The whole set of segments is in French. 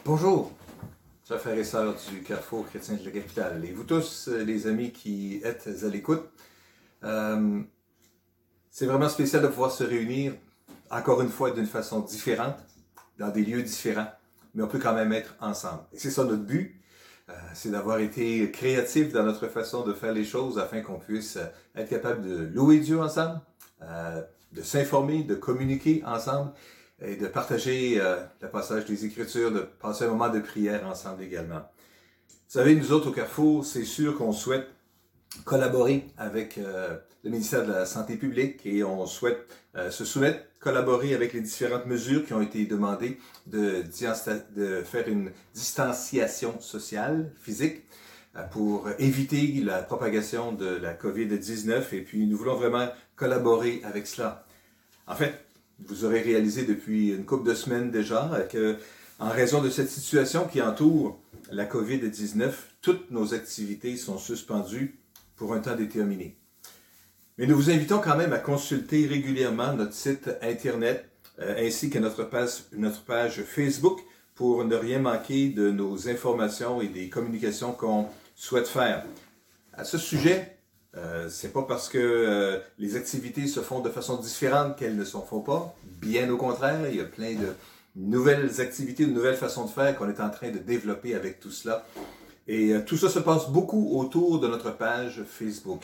Bonjour, chers frères et sœurs du Carrefour chrétien de la capitale, et vous tous, les amis qui êtes à l'écoute. C'est vraiment spécial de pouvoir se réunir, encore une fois, d'une façon différente, dans des lieux différents, mais on peut quand même être ensemble. Et c'est ça notre but, c'est d'avoir été créatifs dans notre façon de faire les choses afin qu'on puisse être capable de louer Dieu ensemble, de s'informer, de communiquer ensemble, et de partager le passage des Écritures, de passer un moment de prière ensemble également. Vous savez, nous autres au Carrefour, c'est sûr qu'on souhaite collaborer avec le ministère de la Santé publique et on souhaite se soumettre, collaborer avec les différentes mesures qui ont été demandées de faire une distanciation sociale, physique, pour éviter la propagation de la COVID-19 et puis nous voulons vraiment collaborer avec cela. En fait, vous aurez réalisé depuis une couple de semaines déjà que, en raison de cette situation qui entoure la COVID-19, toutes nos activités sont suspendues pour un temps déterminé. Mais nous vous invitons quand même à consulter régulièrement notre site Internet ainsi que notre page Facebook pour ne rien manquer de nos informations et des communications qu'on souhaite faire. À ce sujet, c'est pas parce que les activités se font de façon différente qu'elles ne s'en font pas. Bien au contraire, il y a plein de nouvelles activités, de nouvelles façons de faire qu'on est en train de développer avec tout cela. Et tout ça se passe beaucoup autour de notre page Facebook.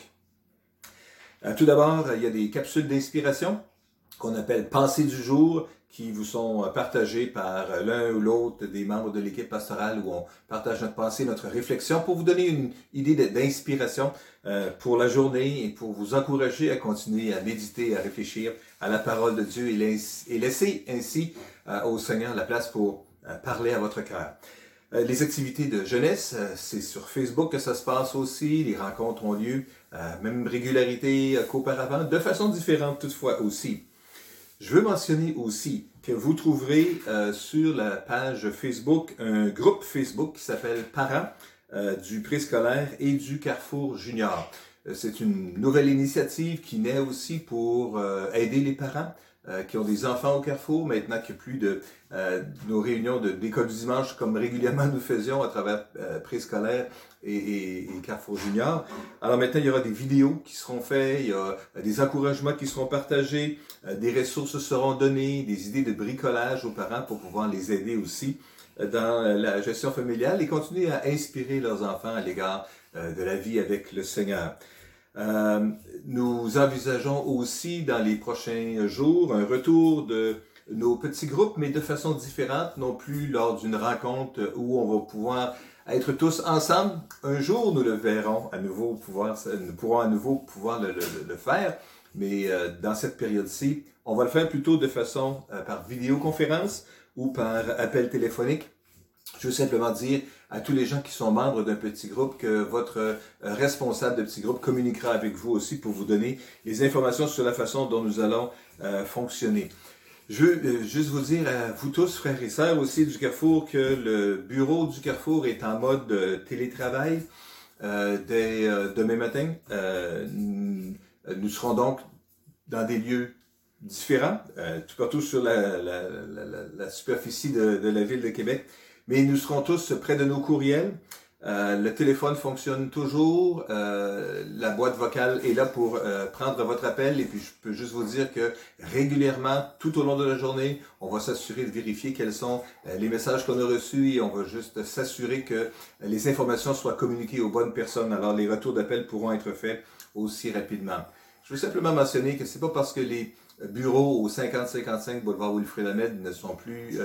Tout d'abord, il y a des capsules d'inspiration qu'on appelle Pensées du jour qui vous sont partagées par l'un ou l'autre des membres de l'équipe pastorale où on partage notre pensée, notre réflexion pour vous donner une idée d'inspiration pour la journée et pour vous encourager à continuer à méditer, à réfléchir à la parole de Dieu et laisser ainsi au Seigneur la place pour parler à votre cœur. Les activités de jeunesse, c'est sur Facebook que ça se passe aussi. Les rencontres ont lieu, même régularité qu'auparavant, de façon différente toutefois aussi. Je veux mentionner aussi que vous trouverez sur la page Facebook un groupe Facebook qui s'appelle Parents du préscolaire et du Carrefour Junior. C'est une nouvelle initiative qui naît aussi pour aider les parents qui ont des enfants au Carrefour, maintenant qu'il n'y a plus de nos réunions d'école du dimanche comme régulièrement nous faisions à travers préscolaire et Carrefour Junior. Alors maintenant, il y aura des vidéos qui seront faites, il y a des encouragements qui seront partagés, des ressources seront données, des idées de bricolage aux parents pour pouvoir les aider aussi dans la gestion familiale et continuer à inspirer leurs enfants à l'égard de la vie avec le Seigneur. Nous envisageons aussi dans les prochains jours un retour de nos petits groupes, mais de façon différente, non plus lors d'une rencontre où on va pouvoir être tous ensemble. Un jour, nous le verrons à nouveau nous pourrons à nouveau pouvoir le faire, mais dans cette période-ci, on va le faire plutôt de façon par vidéoconférence ou par appel téléphonique. Je veux simplement dire à tous les gens qui sont membres d'un petit groupe que votre responsable de petit groupe communiquera avec vous aussi pour vous donner les informations sur la façon dont nous allons fonctionner. Je veux juste vous dire à vous tous, frères et sœurs aussi du Carrefour, que le bureau du Carrefour est en mode télétravail dès demain matin. Nous serons donc dans des lieux différents, tout partout sur la superficie de la ville de Québec. Mais nous serons tous près de nos courriels. Le téléphone fonctionne toujours. La boîte vocale est là pour prendre votre appel. Et puis, je peux juste vous dire que régulièrement, tout au long de la journée, on va s'assurer de vérifier quels sont les messages qu'on a reçus et on va juste s'assurer que les informations soient communiquées aux bonnes personnes. Alors, les retours d'appel pourront être faits aussi rapidement. Je veux simplement mentionner que c'est pas parce que les bureaux au 50-55 boulevard Wilfrid Lamed ne sont plus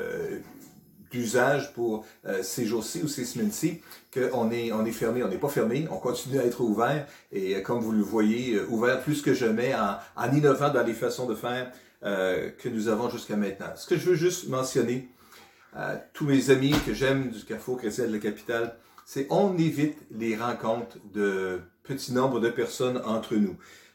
d'usage pour ces jours-ci ou ces semaines-ci, qu'on est fermé. On n'est pas fermé, on continue à être ouvert et comme vous le voyez, ouvert plus que jamais en innovant dans les façons de faire que nous avons jusqu'à maintenant. Ce que je veux juste mentionner, tous mes amis que j'aime du Carrefour chrétien de la capitale, c'est on évite les rencontres de petits nombres de personnes entre nous.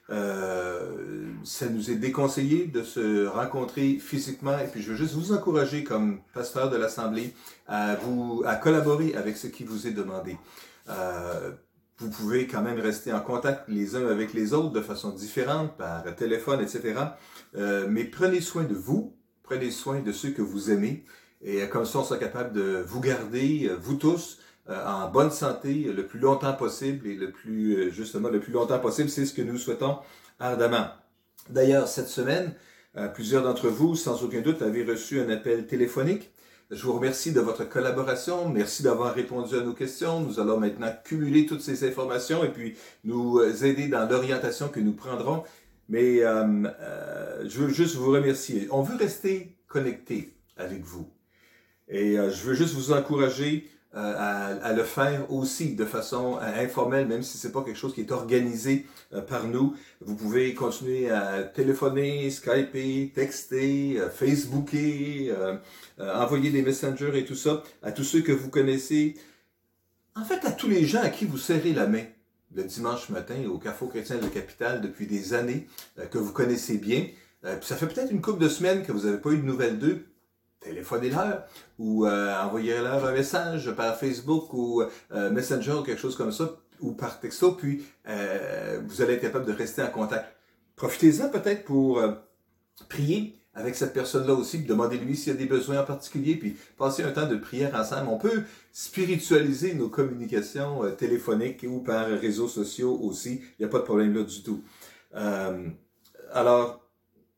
Ça nous est déconseillé de se rencontrer physiquement et puis je veux juste vous encourager comme pasteur de l'Assemblée à collaborer avec ce qui vous est demandé. Vous pouvez quand même rester en contact les uns avec les autres de façon différente, par téléphone, etc. Mais prenez soin de vous, prenez soin de ceux que vous aimez Et comme ça, on sera capable de vous garder, vous tous, en bonne santé le plus longtemps possible et le plus longtemps possible, c'est ce que nous souhaitons ardemment. D'ailleurs, cette semaine, plusieurs d'entre vous, sans aucun doute, avez reçu un appel téléphonique. Je vous remercie de votre collaboration. Merci d'avoir répondu à nos questions. Nous allons maintenant cumuler toutes ces informations et puis nous aider dans l'orientation que nous prendrons. Mais je veux juste vous remercier. On veut rester connecté avec vous. Et je veux juste vous encourager à le faire aussi de façon informelle, même si c'est pas quelque chose qui est organisé par nous. Vous pouvez continuer à téléphoner, skyper, texter, facebooker, envoyer des messengers et tout ça à tous ceux que vous connaissez. En fait, à tous les gens à qui vous serrez la main le dimanche matin au Carrefour chrétien de la capitale depuis des années, que vous connaissez bien. Puis ça fait peut-être une couple de semaines que vous n'avez pas eu de nouvelles d'eux. Téléphonez-leur ou envoyez-leur un message par Facebook ou Messenger ou quelque chose comme ça, ou par texto, puis vous allez être capable de rester en contact. Profitez-en peut-être pour prier avec cette personne-là aussi, puis demandez-lui s'il y a des besoins en particulier, puis passez un temps de prière ensemble. On peut spiritualiser nos communications téléphoniques ou par réseaux sociaux aussi. Il n'y a pas de problème là du tout. Alors,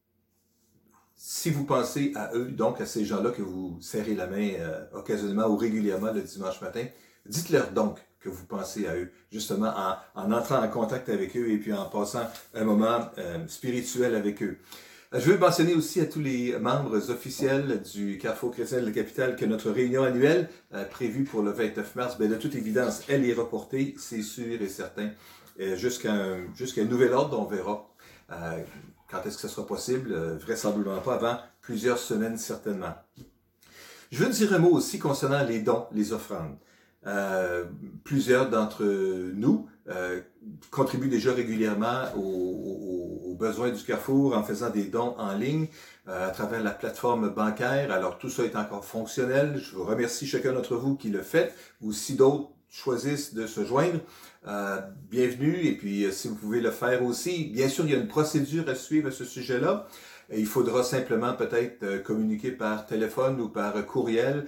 si vous pensez à eux, donc à ces gens-là que vous serrez la main occasionnellement ou régulièrement le dimanche matin, dites-leur donc que vous pensez à eux, justement en entrant en contact avec eux et puis en passant un moment spirituel avec eux. Je veux mentionner aussi à tous les membres officiels du Carrefour chrétien de la capitale que notre réunion annuelle prévue pour le 29 mars, de toute évidence, elle est reportée, c'est sûr et certain, jusqu'à un nouvel ordre, on verra. Quand est-ce que ce sera possible? Vraisemblablement pas avant plusieurs semaines, certainement. Je veux dire un mot aussi concernant les dons, les offrandes. Plusieurs d'entre nous contribuent déjà régulièrement aux besoins du Carrefour en faisant des dons en ligne à travers la plateforme bancaire. Alors tout ça est encore fonctionnel. Je vous remercie chacun d'entre vous qui le fait, ou si d'autres choisissent de se joindre. Bienvenue, et puis si vous pouvez le faire aussi, bien sûr il y a une procédure à suivre à ce sujet-là. Il faudra simplement peut-être communiquer par téléphone ou par courriel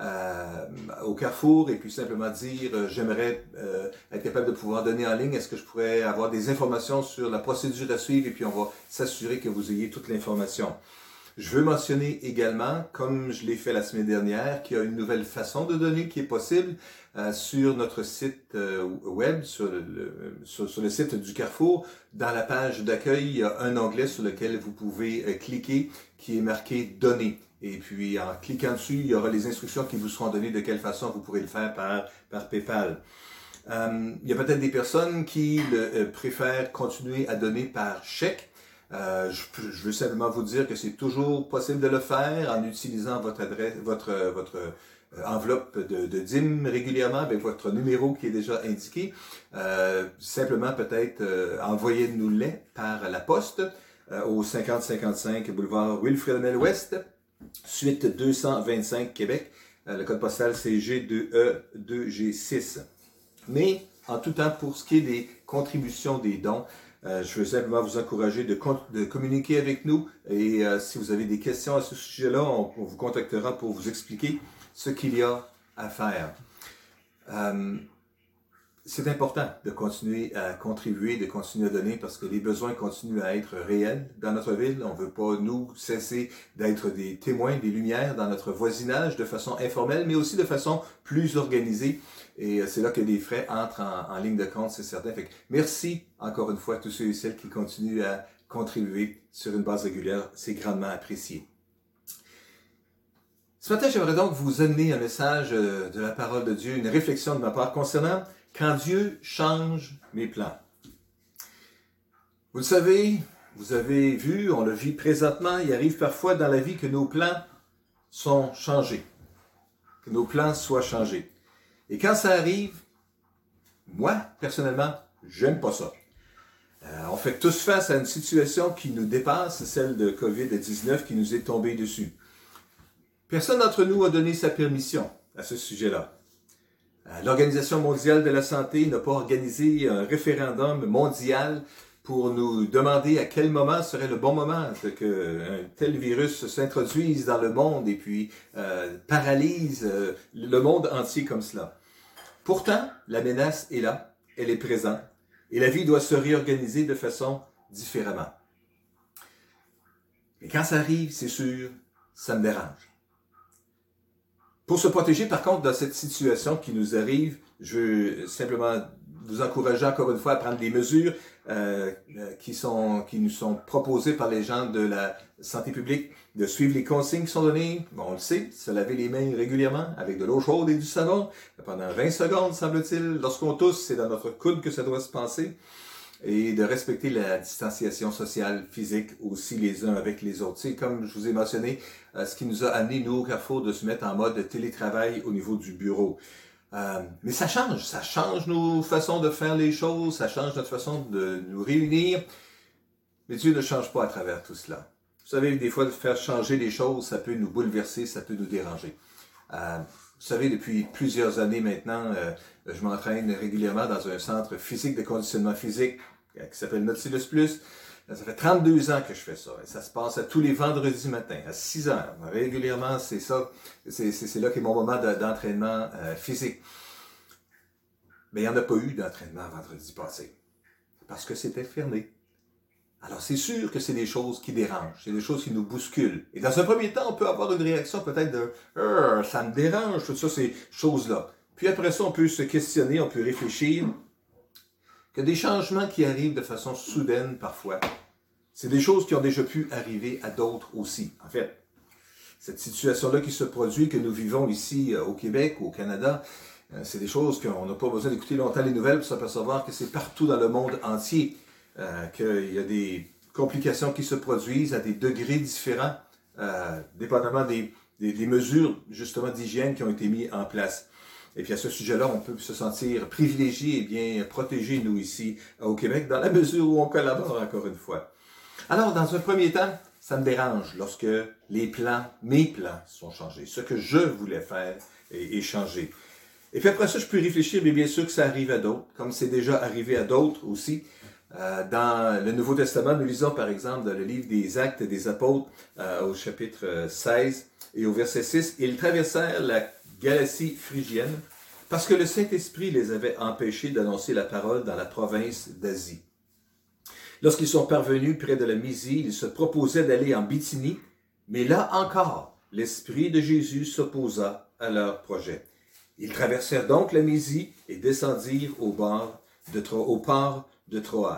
au Carrefour et puis simplement dire j'aimerais être capable de pouvoir donner en ligne, est-ce que je pourrais avoir des informations sur la procédure à suivre, et puis on va s'assurer que vous ayez toute l'information. Je veux mentionner également, comme je l'ai fait la semaine dernière, qu'il y a une nouvelle façon de donner qui est possible sur notre site web, sur le site du Carrefour. Dans la page d'accueil, il y a un onglet sur lequel vous pouvez cliquer qui est marqué « Donner ». Et puis, en cliquant dessus, il y aura les instructions qui vous seront données de quelle façon vous pourrez le faire par PayPal. Il y a peut-être des personnes qui préfèrent continuer à donner par chèque. Je veux simplement vous dire que c'est toujours possible de le faire en utilisant votre adresse, votre enveloppe de dîmes régulièrement avec votre numéro qui est déjà indiqué. Simplement peut-être envoyez-nous-les par la poste au 5055 boulevard Wilfrid-Amel-Ouest, suite 225 Québec. Le code postal c'est G2E2G6. Mais en tout temps, pour ce qui est des contributions des dons, je veux simplement vous encourager de communiquer avec nous, et si vous avez des questions à ce sujet-là, on vous contactera pour vous expliquer ce qu'il y a à faire. C'est important de continuer à contribuer, de continuer à donner, parce que les besoins continuent à être réels dans notre ville. On ne veut pas, nous, cesser d'être des témoins des lumières dans notre voisinage de façon informelle, mais aussi de façon plus organisée. Et c'est là que les frais entrent en ligne de compte, c'est certain. Fait que merci encore une fois à tous ceux et celles qui continuent à contribuer sur une base régulière. C'est grandement apprécié. Ce matin, j'aimerais donc vous amener un message de la parole de Dieu, une réflexion de ma part concernant quand Dieu change mes plans. Vous le savez, vous avez vu, on le vit présentement, il arrive parfois dans la vie que nos plans sont changés, que nos plans soient changés. Et quand ça arrive, moi, personnellement, j'aime pas ça. On fait tous face à une situation qui nous dépasse, celle de COVID-19 qui nous est tombée dessus. Personne d'entre nous a donné sa permission à ce sujet-là. L'Organisation mondiale de la santé n'a pas organisé un référendum mondial pour nous demander à quel moment serait le bon moment qu'un tel virus s'introduise dans le monde et puis paralyse le monde entier comme cela. Pourtant, la menace est là, elle est présente, et la vie doit se réorganiser de façon différemment. Mais quand ça arrive, c'est sûr, ça me dérange. Pour se protéger, par contre, dans cette situation qui nous arrive, je veux simplement vous encourager encore une fois à prendre des mesures qui nous sont proposées par les gens de la santé publique, de suivre les consignes qui sont données. Bon, on le sait, se laver les mains régulièrement avec de l'eau chaude et du savon pendant 20 secondes, semble-t-il. Lorsqu'on tousse, c'est dans notre coude que ça doit se passer. Et de respecter la distanciation sociale, physique aussi les uns avec les autres. C'est comme je vous ai mentionné, ce qui nous a amené, nous, au Carrefour, de se mettre en mode télétravail au niveau du bureau. Mais ça change nos façons de faire les choses, ça change notre façon de nous réunir. Mais Dieu ne change pas à travers tout cela. Vous savez, des fois, de faire changer les choses, ça peut nous bouleverser, ça peut nous déranger. Vous savez, depuis plusieurs années maintenant, je m'entraîne régulièrement dans un centre physique de conditionnement physique qui s'appelle Nautilus Plus. Ça fait 32 ans que je fais ça. Et ça se passe à tous les vendredis matins, à 6 heures. Régulièrement, c'est ça. C'est là qu'est mon moment d'entraînement physique. Mais il n'y en a pas eu d'entraînement vendredi passé. Parce que c'était fermé. Alors, c'est sûr que c'est des choses qui dérangent. C'est des choses qui nous bousculent. Et dans un premier temps, on peut avoir une réaction peut-être de « ça me dérange », tout ça, ces choses-là. Puis après ça, on peut se questionner, on peut réfléchir que des changements qui arrivent de façon soudaine parfois, c'est des choses qui ont déjà pu arriver à d'autres aussi. En fait, cette situation-là qui se produit, que nous vivons ici au Québec, au Canada, c'est des choses qu'on n'a pas besoin d'écouter longtemps les nouvelles pour s'apercevoir que c'est partout dans le monde entier qu'il y a des complications qui se produisent à des degrés différents, dépendamment des mesures justement d'hygiène qui ont été mises en place. Et puis à ce sujet-là, on peut se sentir privilégié et bien protégé, nous, ici au Québec, dans la mesure où on collabore encore une fois. Alors, dans un premier temps, ça me dérange lorsque mes plans sont changés. Ce que je voulais faire est changé. Et puis après ça, je peux réfléchir, mais bien sûr que ça arrive à d'autres, comme c'est déjà arrivé à d'autres aussi. Dans le Nouveau Testament, nous lisons par exemple dans le livre des Actes des Apôtres, au chapitre 16 et au verset 6, « Ils traversèrent la Galatie phrygienne, parce que le Saint-Esprit les avait empêchés d'annoncer la parole dans la province d'Asie. Lorsqu'ils sont parvenus près de la Mysie, ils se proposaient d'aller en Bithynie, mais là encore, l'Esprit de Jésus s'opposa à leur projet. Ils traversèrent donc la Mysie et descendirent au port de Troas. »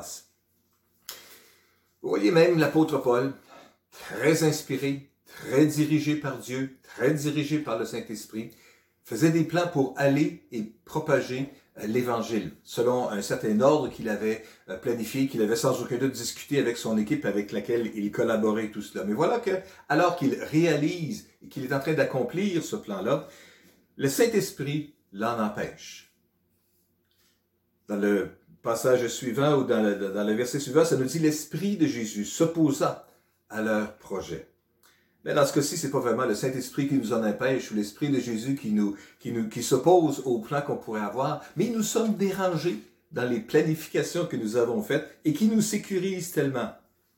Vous voyez même l'apôtre Paul, très inspiré, très dirigé par Dieu, très dirigé par le Saint-Esprit, faisait des plans pour aller et propager l'Évangile, selon un certain ordre qu'il avait planifié, qu'il avait sans aucun doute discuté avec son équipe avec laquelle il collaborait tout cela. Mais voilà que, alors qu'il réalise et qu'il est en train d'accomplir ce plan-là, le Saint-Esprit l'en empêche. Dans le passage suivant ou dans le verset suivant, ça nous dit « L'Esprit de Jésus s'opposa à leur projet ». Mais dans ce cas-ci, c'est pas vraiment le Saint-Esprit qui nous en empêche ou l'Esprit de Jésus qui s'oppose au plan qu'on pourrait avoir, mais nous sommes dérangés dans les planifications que nous avons faites et qui nous sécurisent tellement.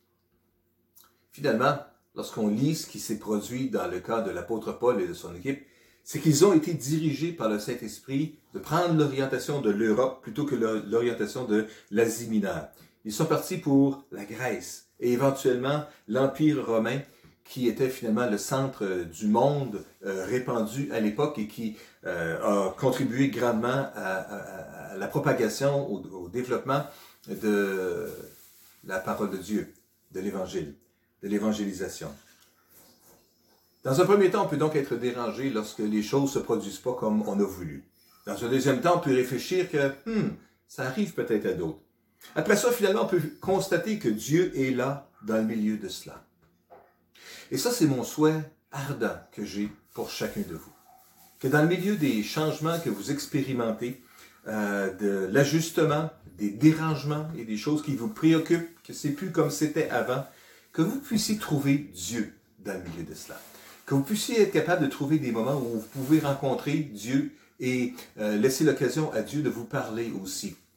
Finalement, lorsqu'on lit ce qui s'est produit dans le cas de l'apôtre Paul et de son équipe, c'est qu'ils ont été dirigés par le Saint-Esprit de prendre l'orientation de l'Europe plutôt que l'orientation de l'Asie mineure. Ils sont partis pour la Grèce et éventuellement l'Empire romain, qui était finalement le centre du monde répandu à l'époque et qui a contribué grandement à la propagation, au développement de la parole de Dieu, de l'Évangile, de l'évangélisation. Dans un premier temps, on peut donc être dérangé lorsque les choses ne se produisent pas comme on a voulu. Dans un deuxième temps, on peut réfléchir que ça arrive peut-être à d'autres. Après ça, finalement, on peut constater que Dieu est là dans le milieu de cela. Et ça, c'est mon souhait ardent que j'ai pour chacun de vous. Que dans le milieu des changements que vous expérimentez, de l'ajustement, des dérangements et des choses qui vous préoccupent, que c'est plus comme c'était avant, que vous puissiez trouver Dieu dans le milieu de cela. Que vous puissiez être capable de trouver des moments où vous pouvez rencontrer Dieu et laisser l'occasion à Dieu de vous parler aussi.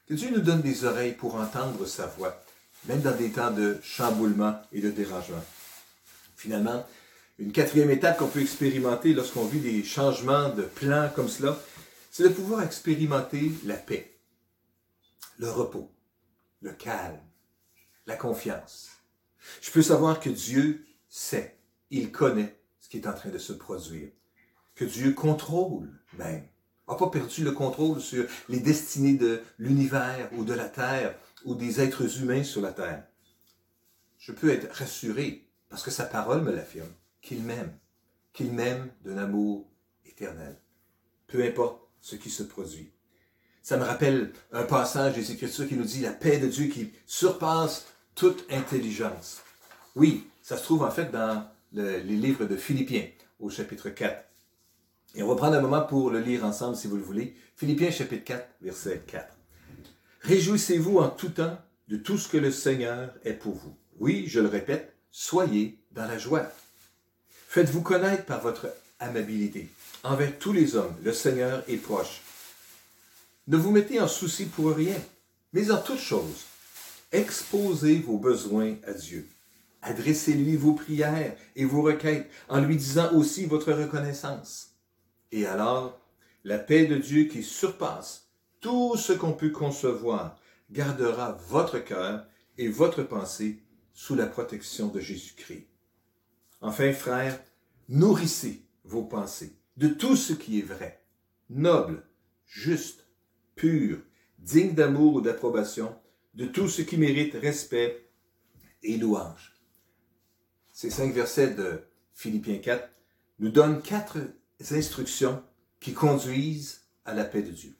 Que Dieu nous donne des oreilles pour entendre sa voix, même dans des temps de chamboulement et de dérangement. Finalement, une quatrième étape qu'on peut expérimenter lorsqu'on vit des changements de plan comme cela, c'est de pouvoir expérimenter la paix, le repos, le calme, la confiance. Je peux savoir que Dieu sait, il connaît ce qui est en train de se produire, que Dieu contrôle même, n'a pas perdu le contrôle sur les destinées de l'univers ou de la terre ou des êtres humains sur la terre. Je peux être rassuré parce que sa parole me l'affirme, qu'il m'aime d'un amour éternel, peu importe ce qui se produit. Ça me rappelle un passage des Écritures qui nous dit la paix de Dieu qui surpasse toute intelligence. Oui, ça se trouve en fait dans les livres de Philippiens, au chapitre 4. Et on va prendre un moment pour le lire ensemble si vous le voulez. Philippiens chapitre 4, verset 4. Réjouissez-vous en tout temps de tout ce que le Seigneur est pour vous. Oui, je le répète, soyez dans la joie. Faites-vous connaître par votre amabilité. Envers tous les hommes, le Seigneur est proche. Ne vous mettez en souci pour rien, mais en toutes choses, exposez vos besoins à Dieu. Adressez-lui vos prières et vos requêtes en lui disant aussi votre reconnaissance. Et alors, la paix de Dieu qui surpasse tout ce qu'on peut concevoir gardera votre cœur et votre pensée sous la protection de Jésus-Christ. Enfin, frères, nourrissez vos pensées de tout ce qui est vrai, noble, juste, pur, digne d'amour ou d'approbation, de tout ce qui mérite respect et louange. Ces 5 versets de Philippiens 4 nous donnent 4 instructions qui conduisent à la paix de Dieu.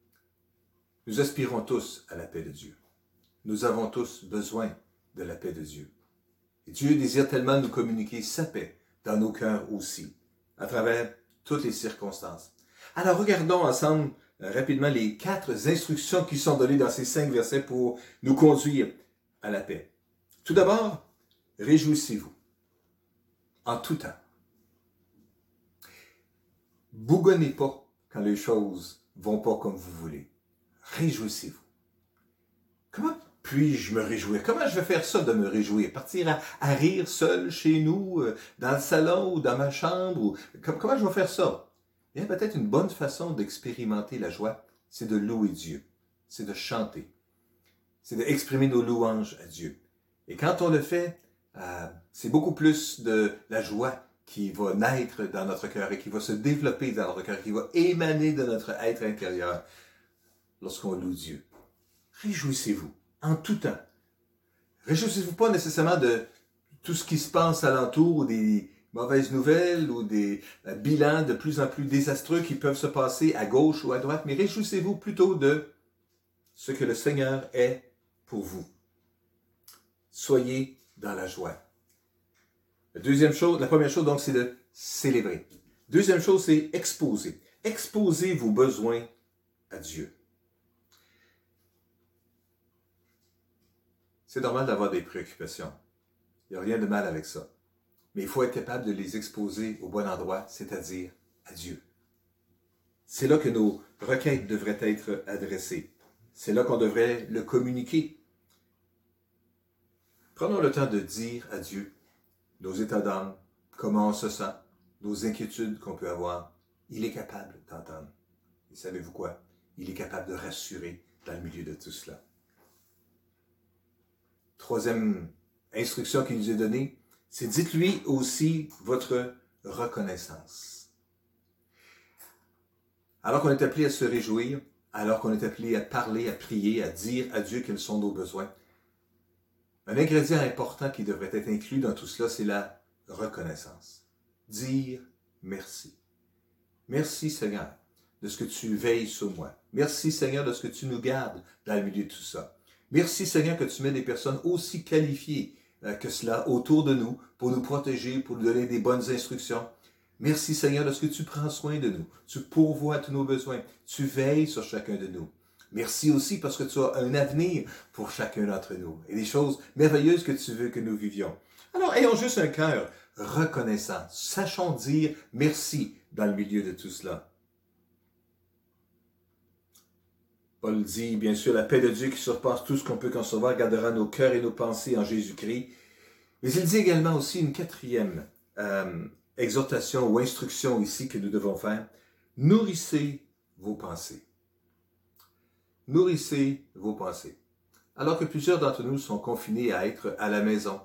Nous aspirons tous à la paix de Dieu. Nous avons tous besoin de la paix de Dieu. Et Dieu désire tellement nous communiquer sa paix dans nos cœurs aussi, à travers toutes les circonstances. Alors regardons ensemble rapidement les 4 instructions qui sont données dans ces 5 versets pour nous conduire à la paix. Tout d'abord, réjouissez-vous en tout temps. Bougonnez pas quand les choses vont pas comme vous voulez. Réjouissez-vous. Comment puis-je me réjouir? Comment je vais faire ça de me réjouir? Partir à rire seul chez nous, dans le salon ou dans ma chambre? Ou... Comment je vais faire ça? Bien, peut-être une bonne façon d'expérimenter la joie, c'est de louer Dieu, c'est de chanter, c'est d'exprimer nos louanges à Dieu. Et quand on le fait, c'est beaucoup plus de la joie qui va naître dans notre cœur et qui va se développer dans notre cœur, qui va émaner de notre être intérieur lorsqu'on loue Dieu. Réjouissez-vous en tout temps. Réjouissez-vous pas nécessairement de tout ce qui se passe alentour ou des mauvaises nouvelles ou des bilans de plus en plus désastreux qui peuvent se passer à gauche ou à droite, mais réjouissez-vous plutôt de ce que le Seigneur est pour vous. Soyez dans la joie. La première chose, donc, c'est de célébrer. Deuxième chose, c'est exposer. Exposez vos besoins à Dieu. C'est normal d'avoir des préoccupations. Il n'y a rien de mal avec ça. Mais il faut être capable de les exposer au bon endroit, c'est-à-dire à Dieu. C'est là que nos requêtes devraient être adressées. C'est là qu'on devrait le communiquer. Prenons le temps de dire à Dieu nos états d'âme, comment on se sent, nos inquiétudes qu'on peut avoir. Il est capable d'entendre. Et savez-vous quoi? Il est capable de rassurer dans le milieu de tout cela. Troisième instruction qui nous est donnée, c'est dites-lui aussi votre reconnaissance. Alors qu'on est appelé à se réjouir, alors qu'on est appelé à parler, à prier, à dire à Dieu quels sont nos besoins, un ingrédient important qui devrait être inclus dans tout cela, c'est la reconnaissance. Dire merci. Merci Seigneur de ce que tu veilles sur moi. Merci Seigneur de ce que tu nous gardes dans le milieu de tout ça. Merci Seigneur que tu mets des personnes aussi qualifiées que cela autour de nous pour nous protéger, pour nous donner des bonnes instructions. Merci Seigneur de ce que tu prends soin de nous. Tu pourvois tous nos besoins. Tu veilles sur chacun de nous. Merci aussi parce que tu as un avenir pour chacun d'entre nous et des choses merveilleuses que tu veux que nous vivions. Alors, ayons juste un cœur reconnaissant. Sachons dire merci dans le milieu de tout cela. Paul dit, bien sûr, la paix de Dieu qui surpasse tout ce qu'on peut concevoir gardera nos cœurs et nos pensées en Jésus-Christ. Mais il dit également aussi une quatrième exhortation ou instruction ici que nous devons faire. Nourrissez vos pensées. Nourrissez vos pensées. Alors que plusieurs d'entre nous sont confinés à être à la maison,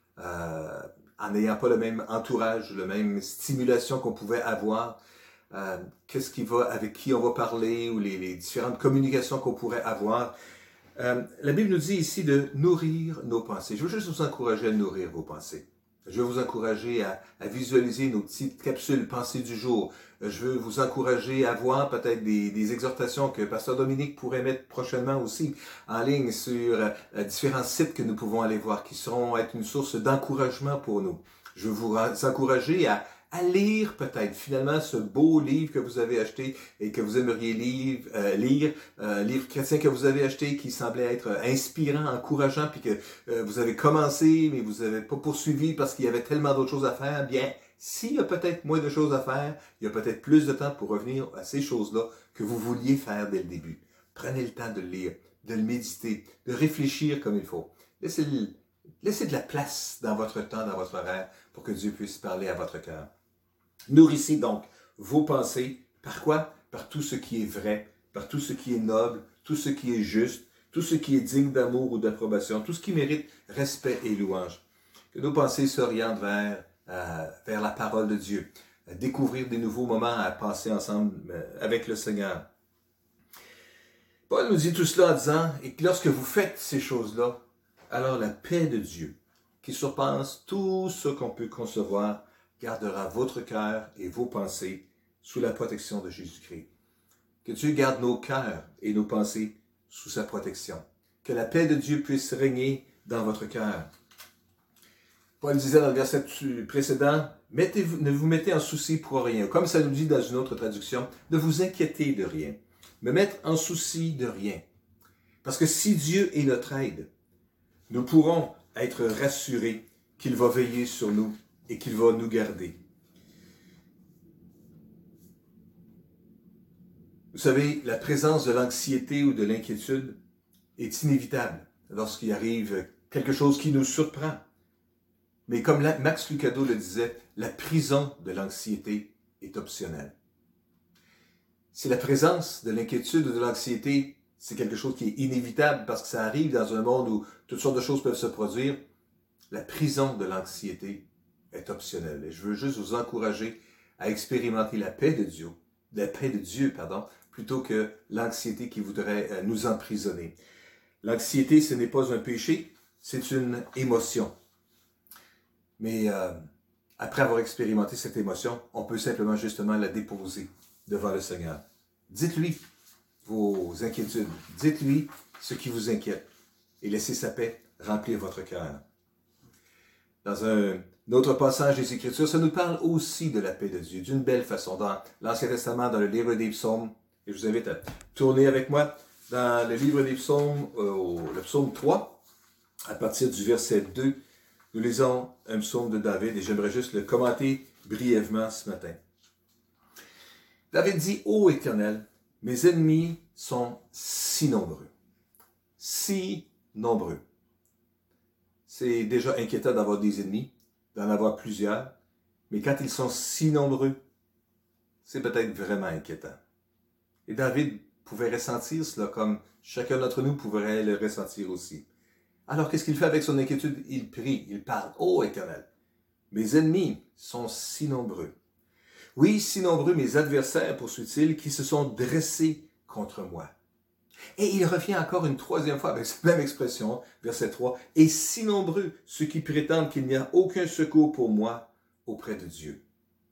en n'ayant pas le même entourage, la même stimulation qu'on pouvait avoir, avec qui on va parler ou les différentes communications qu'on pourrait avoir. La Bible nous dit ici de nourrir nos pensées. Je veux juste vous encourager à nourrir vos pensées. Je veux vous encourager à visualiser nos petites capsules pensées du jour. Je veux vous encourager à voir peut-être des exhortations que Pasteur Dominique pourrait mettre prochainement aussi en ligne sur différents sites que nous pouvons aller voir qui seront être une source d'encouragement pour nous. Je veux vous encourager à lire peut-être finalement ce beau livre que vous avez acheté et que vous aimeriez lire, livre chrétien que vous avez acheté qui semblait être inspirant, encourageant, puis que vous avez commencé mais vous n'avez pas poursuivi parce qu'il y avait tellement d'autres choses à faire. Bien, s'il y a peut-être moins de choses à faire, il y a peut-être plus de temps pour revenir à ces choses-là que vous vouliez faire dès le début. Prenez le temps de le lire, de le méditer, de réfléchir comme il faut. Laissez de la place dans votre temps, dans votre horaire, pour que Dieu puisse parler à votre cœur. Nourrissez donc vos pensées. Par quoi? Par tout ce qui est vrai, par tout ce qui est noble, tout ce qui est juste, tout ce qui est digne d'amour ou d'approbation, tout ce qui mérite respect et louange. Que nos pensées s'orientent vers la parole de Dieu. Découvrir des nouveaux moments à passer ensemble avec le Seigneur. Paul nous dit tout cela en disant, et que lorsque vous faites ces choses-là, alors la paix de Dieu, qui surpasse tout ce qu'on peut concevoir, gardera votre cœur et vos pensées sous la protection de Jésus-Christ. Que Dieu garde nos cœurs et nos pensées sous sa protection. Que la paix de Dieu puisse régner dans votre cœur. Paul disait dans le verset précédent, ne vous mettez en souci pour rien. Comme ça nous dit dans une autre traduction, ne vous inquiétez de rien. Me mettre en souci de rien. Parce que si Dieu est notre aide, nous pourrons être rassurés qu'il va veiller sur nous et qu'il va nous garder. Vous savez, la présence de l'anxiété ou de l'inquiétude est inévitable lorsqu'il arrive quelque chose qui nous surprend. Mais comme Max Lucado le disait, la prison de l'anxiété est optionnelle. Si la présence de l'inquiétude ou de l'anxiété, c'est quelque chose qui est inévitable parce que ça arrive dans un monde où toutes sortes de choses peuvent se produire, la prison de l'anxiété est optionnelle. Et je veux juste vous encourager à expérimenter la paix de Dieu, plutôt que l'anxiété qui voudrait nous emprisonner. L'anxiété, ce n'est pas un péché, c'est une émotion. Mais après avoir expérimenté cette émotion, on peut simplement justement la déposer devant le Seigneur. Dites-lui vos inquiétudes, dites-lui ce qui vous inquiète et laissez sa paix remplir votre cœur. Dans un autre passage des Écritures, ça nous parle aussi de la paix de Dieu, d'une belle façon. Dans l'Ancien Testament, dans le livre des Psaumes, et je vous invite à tourner avec moi dans le livre des Psaumes, le psaume 3, à partir du verset 2, nous lisons un psaume de David et j'aimerais juste le commenter brièvement ce matin. David dit, « Ô Éternel, mes ennemis sont si nombreux. » Si nombreux. C'est déjà inquiétant d'avoir des ennemis, d'en avoir plusieurs, mais quand ils sont si nombreux, c'est peut-être vraiment inquiétant. Et David pouvait ressentir cela comme chacun d'entre nous pourrait le ressentir aussi. Alors qu'est-ce qu'il fait avec son inquiétude? Il prie, il parle. « Ô Éternel, mes ennemis sont si nombreux. Oui, si nombreux mes adversaires, poursuit-il, qui se sont dressés contre moi. » Et il revient encore une troisième fois avec cette même expression, verset 3. « Et si nombreux ceux qui prétendent qu'il n'y a aucun secours pour moi auprès de Dieu. »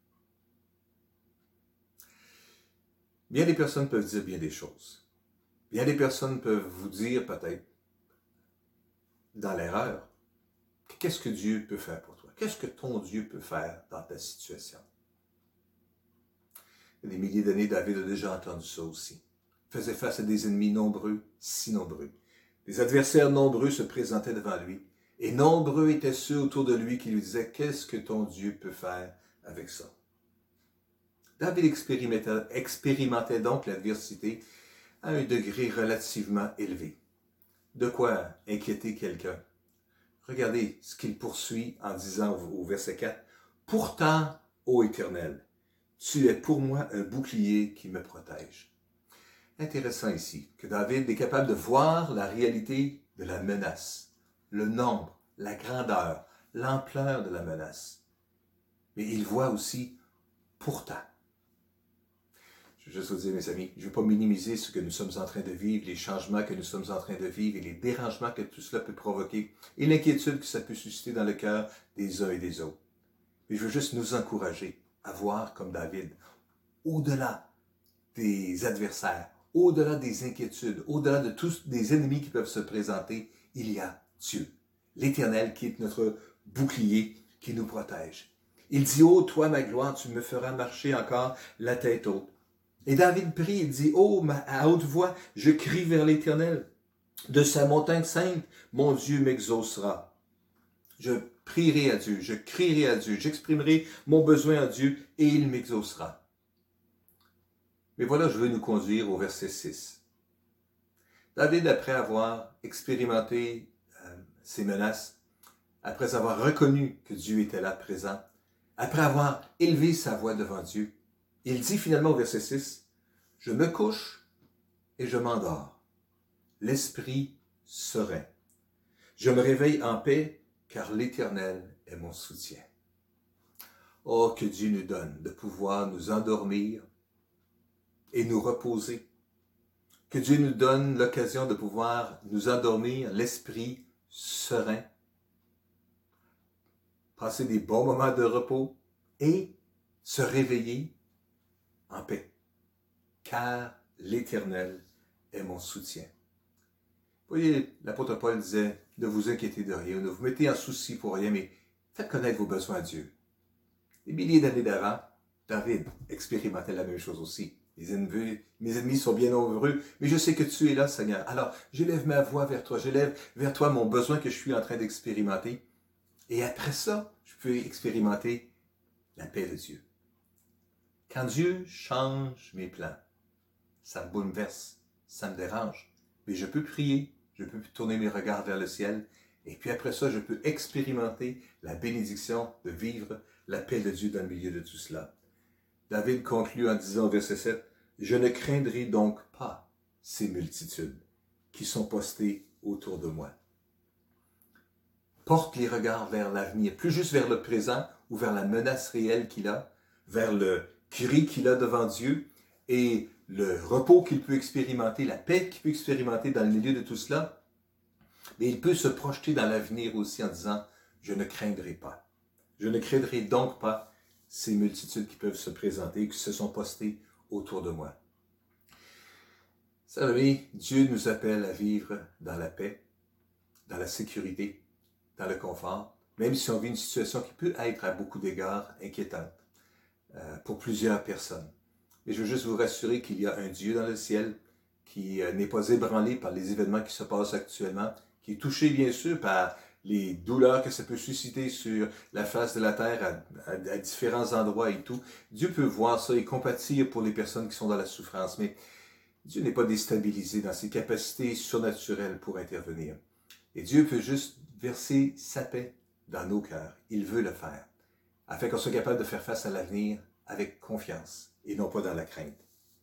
Bien des personnes peuvent dire bien des choses. Bien des personnes peuvent vous dire peut-être, dans l'erreur, qu'est-ce que Dieu peut faire pour toi? Qu'est-ce que ton Dieu peut faire dans ta situation? Il y a des milliers d'années, David a déjà entendu ça aussi. Il faisait face à des ennemis nombreux, si nombreux. Des adversaires nombreux se présentaient devant lui, et nombreux étaient ceux autour de lui qui lui disaient « Qu'est-ce que ton Dieu peut faire avec ça? » David expérimentait donc l'adversité à un degré relativement élevé. De quoi inquiéter quelqu'un? Regardez ce qu'il poursuit en disant au verset 4. « Pourtant, ô Éternel, tu es pour moi un bouclier qui me protège. » Intéressant ici que David est capable de voir la réalité de la menace, le nombre, la grandeur, l'ampleur de la menace. Mais il voit aussi « pourtant ». Je veux juste vous dire, mes amis, je ne veux pas minimiser ce que nous sommes en train de vivre, les changements que nous sommes en train de vivre et les dérangements que tout cela peut provoquer et l'inquiétude que ça peut susciter dans le cœur des uns et des autres. Mais je veux juste nous encourager à voir comme David, au-delà des adversaires, au-delà des inquiétudes, au-delà de tous des ennemis qui peuvent se présenter, il y a Dieu, l'Éternel qui est notre bouclier qui nous protège. Il dit, « Oh, toi, ma gloire, tu me feras marcher encore la tête haute. » Et David prie, il dit, « Oh, à haute voix, je crie vers l'Éternel. De sa montagne sainte, mon Dieu m'exaucera. » Je prierai à Dieu, je crierai à Dieu, j'exprimerai mon besoin à Dieu et il m'exaucera. Mais voilà, je veux nous conduire au verset 6. David, après avoir expérimenté ces menaces, après avoir reconnu que Dieu était là présent, après avoir élevé sa voix devant Dieu, il dit finalement au verset 6, « Je me couche et je m'endors, l'esprit serein. Je me réveille en paix, car l'Éternel est mon soutien. » Oh, que Dieu nous donne de pouvoir nous endormir et nous reposer. Que Dieu nous donne l'occasion de pouvoir nous endormir, l'esprit serein, passer des bons moments de repos et se réveiller en paix, car l'Éternel est mon soutien. Vous voyez, l'apôtre Paul disait, ne vous inquiétez de rien, ne vous mettez en souci pour rien, mais faites connaître vos besoins à Dieu. Des milliers d'années d'avant, David expérimentait la même chose aussi. Mes ennemis sont bien nombreux, mais je sais que tu es là, Seigneur. Alors, j'élève ma voix vers toi, j'élève vers toi mon besoin que je suis en train d'expérimenter. Et après ça, je peux expérimenter la paix de Dieu. Quand Dieu change mes plans, ça me bouleverse, ça me dérange. Mais je peux prier, je peux tourner mes regards vers le ciel, et puis après ça, je peux expérimenter la bénédiction de vivre la paix de Dieu dans le milieu de tout cela. David conclut en disant au verset 7, « Je ne craindrai donc pas ces multitudes qui sont postées autour de moi. » Porte les regards vers l'avenir, plus juste vers le présent ou vers la menace réelle qu'il a, vers le cri qu'il a devant Dieu et le repos qu'il peut expérimenter, la paix qu'il peut expérimenter dans le milieu de tout cela. Mais il peut se projeter dans l'avenir aussi en disant, « Je ne craindrai pas. Je ne craindrai donc pas ces multitudes qui peuvent se présenter, qui se sont postées autour de moi. » Vous savez, Dieu nous appelle à vivre dans la paix, dans la sécurité, dans le confort, même si on vit une situation qui peut être à beaucoup d'égards inquiétante pour plusieurs personnes. Mais je veux juste vous rassurer qu'il y a un Dieu dans le ciel qui n'est pas ébranlé par les événements qui se passent actuellement, qui est touché bien sûr par les douleurs que ça peut susciter sur la face de la terre à différents endroits et tout. Dieu peut voir ça et compatir pour les personnes qui sont dans la souffrance, mais Dieu n'est pas déstabilisé dans ses capacités surnaturelles pour intervenir. Et Dieu peut juste verser sa paix dans nos cœurs. Il veut le faire, afin qu'on soit capable de faire face à l'avenir avec confiance et non pas dans la crainte.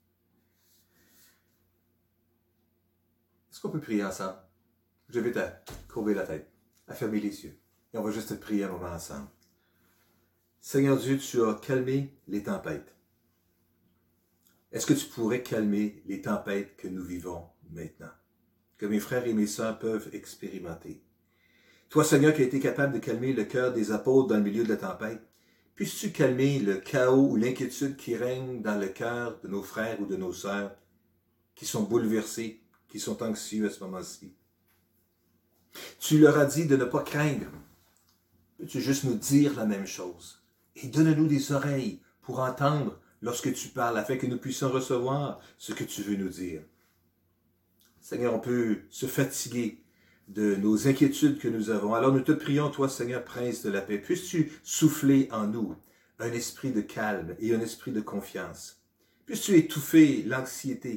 Est-ce qu'on peut prier ensemble? Je vais à courber la tête, à fermer les yeux, et on va juste prier un moment ensemble. Seigneur Dieu, tu as calmé les tempêtes. Est-ce que tu pourrais calmer les tempêtes que nous vivons maintenant, que mes frères et mes sœurs peuvent expérimenter? Toi, Seigneur, qui as été capable de calmer le cœur des apôtres dans le milieu de la tempête, puisses-tu calmer le chaos ou l'inquiétude qui règne dans le cœur de nos frères ou de nos sœurs qui sont bouleversés, qui sont anxieux à ce moment-ci? Tu leur as dit de ne pas craindre. Peux-tu juste nous dire la même chose? Et donne-nous des oreilles pour entendre lorsque tu parles, afin que nous puissions recevoir ce que tu veux nous dire. Seigneur, on peut se fatiguer de nos inquiétudes que nous avons. Alors nous te prions, toi, Seigneur, Prince de la paix, puisses-tu souffler en nous un esprit de calme et un esprit de confiance. Puisses-tu étouffer l'anxiété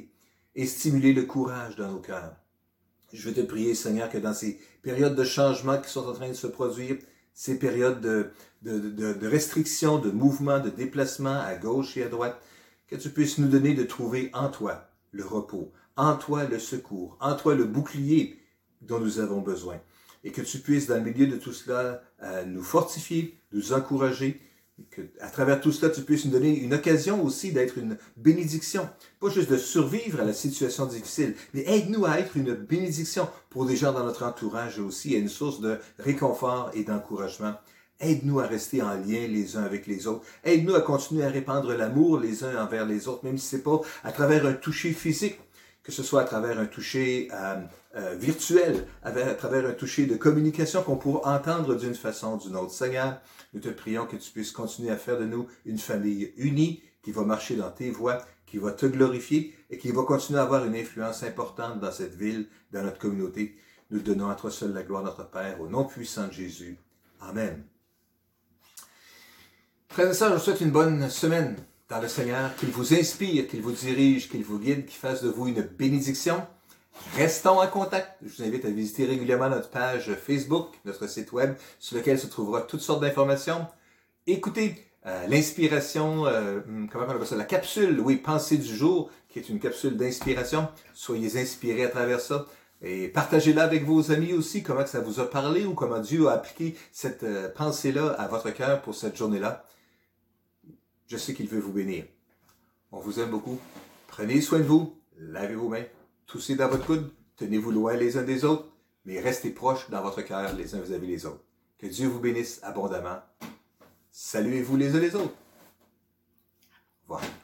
et stimuler le courage dans nos cœurs. Je veux te prier, Seigneur, que dans ces périodes de changement qui sont en train de se produire, ces périodes de restriction, de mouvement, de déplacement à gauche et à droite, que tu puisses nous donner de trouver en toi le repos, en toi le secours, en toi le bouclier dont nous avons besoin. Et que tu puisses, dans le milieu de tout cela, nous fortifier, nous encourager, que à travers tout cela, tu puisses nous donner une occasion aussi d'être une bénédiction. Pas juste de survivre à la situation difficile, mais aide-nous à être une bénédiction pour des gens dans notre entourage aussi, et une source de réconfort et d'encouragement. Aide-nous à rester en lien les uns avec les autres. Aide-nous à continuer à répandre l'amour les uns envers les autres, même si c'est pas à travers un toucher physique, que ce soit à travers un toucher virtuel, à travers un toucher de communication qu'on pourra entendre d'une façon ou d'une autre. Seigneur, nous te prions que tu puisses continuer à faire de nous une famille unie, qui va marcher dans tes voies, qui va te glorifier et qui va continuer à avoir une influence importante dans cette ville, dans notre communauté. Nous te donnons à toi seul la gloire, notre Père, au nom puissant de Jésus. Amen. Frères et sœurs, je vous souhaite une bonne semaine dans le Seigneur, qu'il vous inspire, qu'il vous dirige, qu'il vous guide, qu'il fasse de vous une bénédiction. Restons en contact. Je vous invite à visiter régulièrement notre page Facebook, notre site web, sur lequel se trouvera toutes sortes d'informations. Écoutez l'inspiration, comment on appelle ça, la capsule, oui, Pensée du jour, qui est une capsule d'inspiration. Soyez inspirés à travers ça. Et partagez-la avec vos amis aussi, comment ça vous a parlé ou comment Dieu a appliqué cette pensée-là à votre cœur pour cette journée-là. Je sais qu'il veut vous bénir. On vous aime beaucoup. Prenez soin de vous. Lavez vos mains. Toussez dans votre coude. Tenez-vous loin les uns des autres. Mais restez proches dans votre cœur les uns vis-à-vis les autres. Que Dieu vous bénisse abondamment. Saluez-vous les uns les autres. Voilà.